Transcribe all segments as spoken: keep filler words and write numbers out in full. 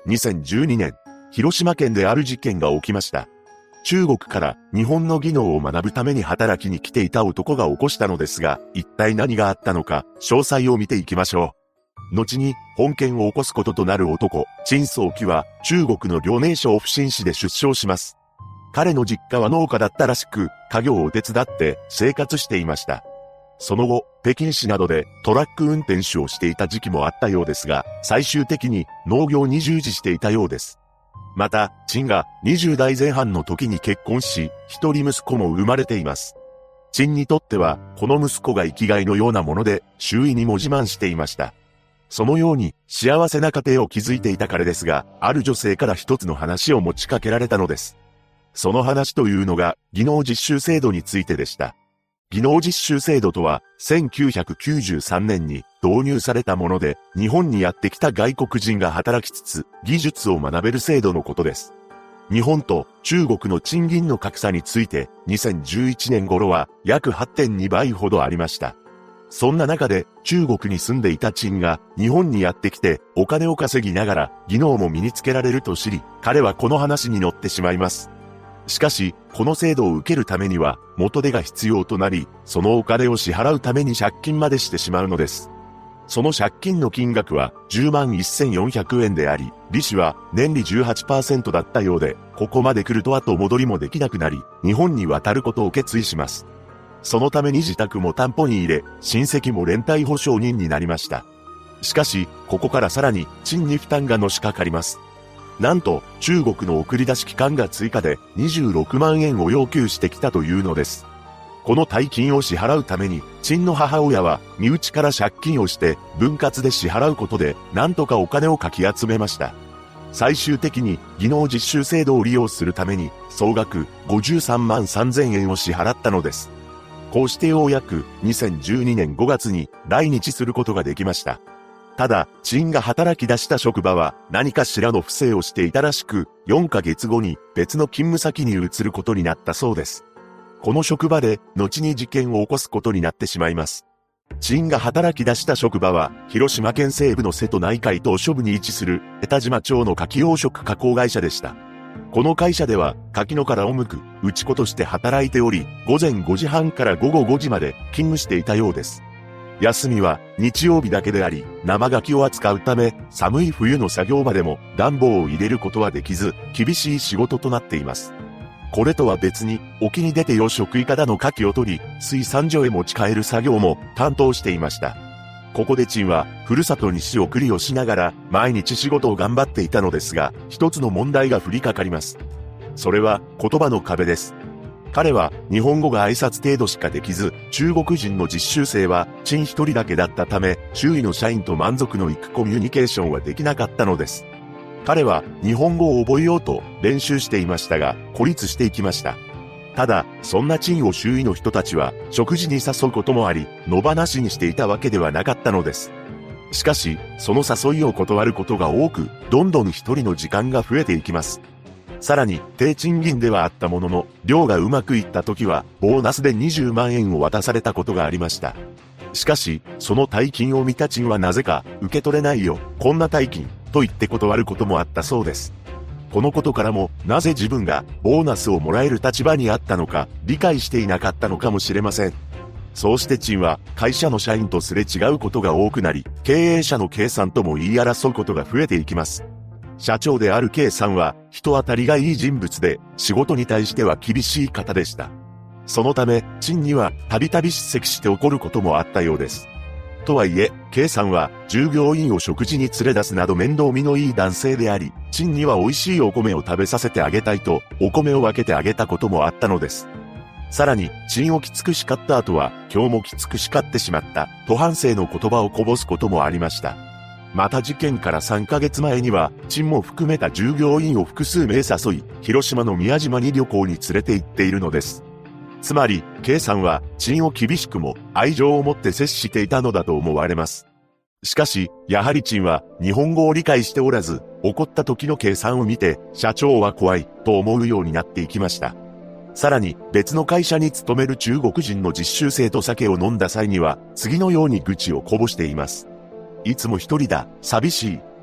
にせんじゅうにねん、広島県である事件が起きました。中国から日本の技能を学ぶために働きに来ていた男が起こしたのですが、一体何があったのか、詳細を見ていきましょう。後に、本件を起こすこととなる男、陳宗基は、中国の遼寧省阜新市で出生します。彼の実家は農家だったらしく、家業を手伝って生活していました。その後、北京市などでトラック運転手をしていた時期もあったようですが、最終的に農業に従事していたようです。また、陳がにじゅうだいぜん半の時に結婚し、一人息子も生まれています。陳にとっては、この息子が生きがいのようなもので、周囲にも自慢していました。そのように、幸せな家庭を築いていた彼ですが、ある女性から一つの話を持ちかけられたのです。その話というのが、技能実習制度についてでした。技能実習制度とは、せんきゅうひゃくきゅうじゅうさんねんに導入されたもので、日本にやってきた外国人が働きつつ、技術を学べる制度のことです。日本と中国の賃金の格差について、にせんじゅういちねん頃は約 はってんにばいほどありました。そんな中で、中国に住んでいた陳が日本にやってきて、お金を稼ぎながら技能も身につけられると知り、彼はこの話に乗ってしまいます。しかし、この制度を受けるためには、元手が必要となり、そのお金を支払うために借金までしてしまうのです。その借金の金額はじゅうまんせんよんひゃくえんであり、利子は年利 じゅうはちパーセント だったようで、ここまで来ると後戻りもできなくなり、日本に渡ることを決意します。そのために自宅も担保に入れ、親戚も連帯保証人になりました。しかし、ここからさらに、陳に負担がのしかかります。なんと、中国の送り出し期間が追加でにじゅうろくまんえんを要求してきたというのです。この大金を支払うために、陳の母親は身内から借金をして分割で支払うことで、なんとかお金をかき集めました。最終的に技能実習制度を利用するために、総額ごじゅうさんまんさんぜんえんを支払ったのです。こうしてようやくにせんじゅうにねんごがつに来日することができました。ただ、陳が働き出した職場は何かしらの不正をしていたらしく、よんかげつごに別の勤務先に移ることになったそうです。この職場で後に事件を起こすことになってしまいます。陳が働き出した職場は広島県西部の瀬戸内海島諸部に位置する江田島町の牡蠣養殖加工会社でした。この会社では牡蠣の殻を剥く打ち子として働いており、ごぜんごじはんからごごごじまで勤務していたようです。休みは日曜日だけであり、生牡蠣を扱うため、寒い冬の作業場でも暖房を入れることはできず、厳しい仕事となっています。これとは別に、沖に出て養殖いかだの牡蠣を取り、水産所へ持ち帰る作業も担当していました。ここで陳は、ふるさとに仕送りをしながら、毎日仕事を頑張っていたのですが、一つの問題が降りかかります。それは、言葉の壁です。彼は日本語が挨拶程度しかできず、中国人の実習生は陳一人だけだったため、周囲の社員と満足のいくコミュニケーションはできなかったのです。彼は日本語を覚えようと練習していましたが、孤立していきました。ただ、そんな陳を周囲の人たちは食事に誘うこともあり、野放しにしていたわけではなかったのです。しかし、その誘いを断ることが多く、どんどん一人の時間が増えていきます。さらに、低賃金ではあったものの、漁がうまくいった時は、ボーナスでにじゅうまんえんを渡されたことがありました。しかし、その大金を見た陳はなぜか、受け取れないよ、こんな大金、と言って断ることもあったそうです。このことからも、なぜ自分が、ボーナスをもらえる立場にあったのか、理解していなかったのかもしれません。そうして陳は、会社の社員とすれ違うことが多くなり、経営者の K さんとも言い争うことが増えていきます。社長である K さんは人当たりがいい人物で仕事に対しては厳しい方でした。そのため、陳にはたびたび叱責して怒ることもあったようです。とはいえ、K さんは従業員を食事に連れ出すなど面倒見のいい男性であり、陳には美味しいお米を食べさせてあげたいとお米を分けてあげたこともあったのです。さらに、陳をきつく叱った後は、今日もきつく叱ってしまった、と反省の言葉をこぼすこともありました。また事件からさんかげつまえには、陳も含めた従業員を複数名誘い、広島の宮島に旅行に連れて行っているのです。つまり、K さんは、陳を厳しくも愛情を持って接していたのだと思われます。しかし、やはり陳は日本語を理解しておらず、怒った時の K さんを見て、社長は怖い、と思うようになっていきました。さらに、別の会社に勤める中国人の実習生と酒を飲んだ際には、次のように愚痴をこぼしています。いつも一人だ、寂しい。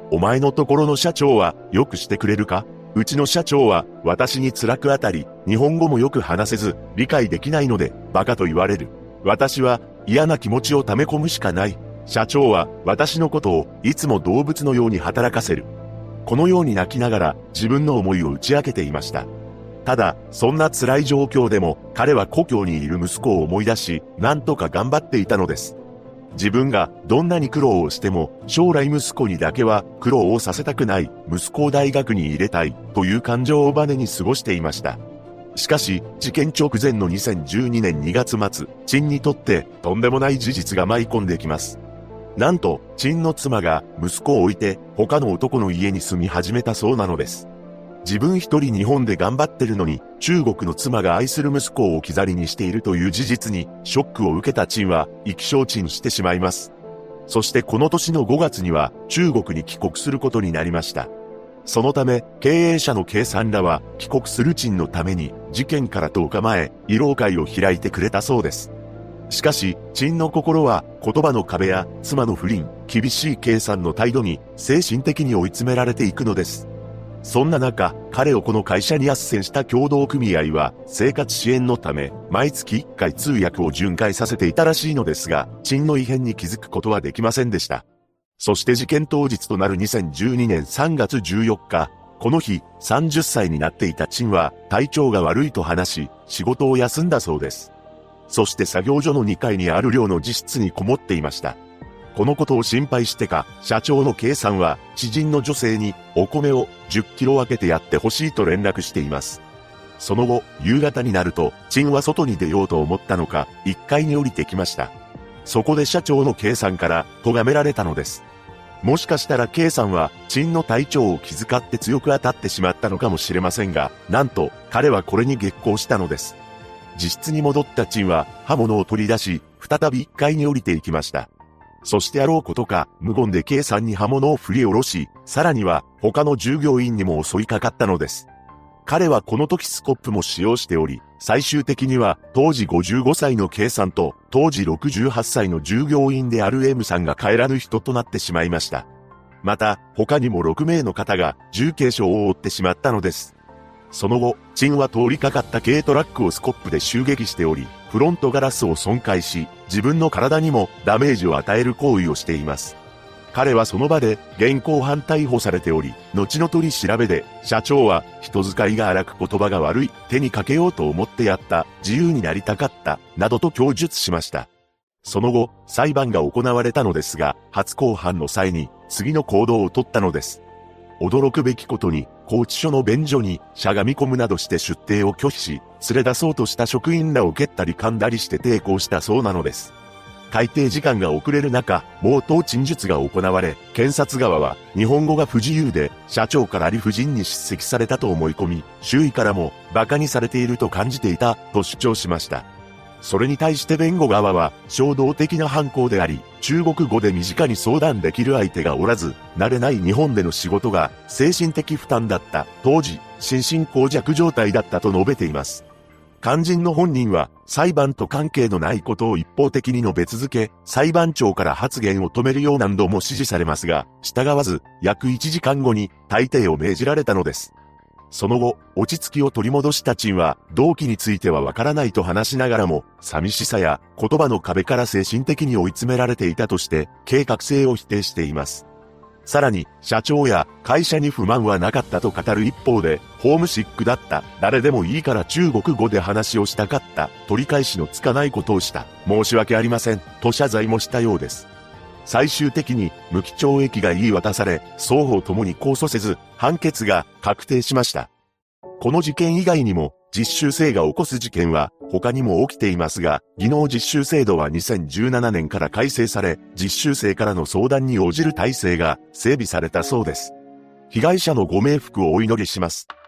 お前のところの社長はよくしてくれるか？うちの社長は私に辛く当たり、日本語もよく話せず、理解できないので、バカと言われる。私は嫌な気持ちを溜め込むしかない。社長は私のことをいつも動物のように働かせる。このように泣きながら自分の思いを打ち明けていました。ただ、そんな辛い状況でも彼は故郷にいる息子を思い出し、なんとか頑張っていたのです。自分がどんなに苦労をしても将来息子にだけは苦労をさせたくない、息子を大学に入れたいという感情をバネに過ごしていました。しかし、事件直前のにせんじゅうにねんにがつ末、陳にとってとんでもない事実が舞い込んできます。なんと、陳の妻が息子を置いて他の男の家に住み始めたそうなのです。自分一人日本で頑張ってるのに、中国の妻が愛する息子を置き去りにしているという事実に、ショックを受けた陳は、意気消沈してしまいます。そしてこの年のごがつには、中国に帰国することになりました。そのため、経営者のKさんらは、帰国する陳のために、事件からとおかまえ、慰労会を開いてくれたそうです。しかし、陳の心は、言葉の壁や、妻の不倫、厳しいKさんの態度に、精神的に追い詰められていくのです。そんな中、彼をこの会社に斡旋した協同組合は、生活支援のため、毎月いっかい通訳を巡回させていたらしいのですが、陳の異変に気づくことはできませんでした。そして事件当日となるにせんじゅうにねんさんがつじゅうよっか、この日、さんじゅっさいになっていた陳は、体調が悪いと話し、仕事を休んだそうです。そして作業所のにかいにある寮の自室にこもっていました。このことを心配してか、社長のKさんは、知人の女性に、お米をじゅっキロ分けてやってほしいと連絡しています。その後、夕方になると、陳は外に出ようと思ったのか、いっかいに降りてきました。そこで社長のKさんから、咎められたのです。もしかしたらKさんは、陳の体調を気遣って強く当たってしまったのかもしれませんが、なんと、彼はこれに激高したのです。自室に戻った陳は、刃物を取り出し、再びいっかいに降りていきました。そしてあろうことか、無言でKさんに刃物を振り下ろし、さらには他の従業員にも襲いかかったのです。彼はこの時スコップも使用しており、最終的には当時ごじゅうごさいのKさんと当時ろくじゅうはっさいの従業員であるMさんが帰らぬ人となってしまいました。また、他にもろくめいの方が重軽傷を負ってしまったのです。その後、陳は通りかかった軽トラックをスコップで襲撃しており、フロントガラスを損壊し、自分の体にもダメージを与える行為をしています。彼はその場で現行犯逮捕されており、後の取り調べで、社長は人遣いが荒く言葉が悪い、手にかけようと思ってやった、自由になりたかった、などと供述しました。その後、裁判が行われたのですが、初公判の際に次の行動を取ったのです。驚くべきことに、拘置所の便所にしゃがみ込むなどして出廷を拒否し、連れ出そうとした職員らを蹴ったり噛んだりして抵抗したそうなのです。開廷時間が遅れる中、冒頭陳述が行われ、検察側は日本語が不自由で、社長から理不尽に叱責されたと思い込み、周囲からも馬鹿にされていると感じていたと主張しました。それに対して弁護側は、衝動的な犯行であり、中国語で身近に相談できる相手がおらず、慣れない日本での仕事が精神的負担だった、当時、心神耗弱状態だったと述べています。肝心の本人は、裁判と関係のないことを一方的に述べ続け、裁判長から発言を止めるよう何度も指示されますが、従わず、約いちじかんごに退廷を命じられたのです。その後、落ち着きを取り戻した陳は、動機についてはわからないと話しながらも、寂しさや言葉の壁から精神的に追い詰められていたとして、計画性を否定しています。さらに、社長や会社に不満はなかったと語る一方で、ホームシックだった、誰でもいいから中国語で話をしたかった、取り返しのつかないことをした、申し訳ありません、と謝罪もしたようです。最終的に無期懲役が言い渡され、双方ともに控訴せず、判決が確定しました。この事件以外にも、実習生が起こす事件は他にも起きていますが、技能実習制度はにせんじゅうななねんから改正され、実習生からの相談に応じる体制が整備されたそうです。被害者のご冥福をお祈りします。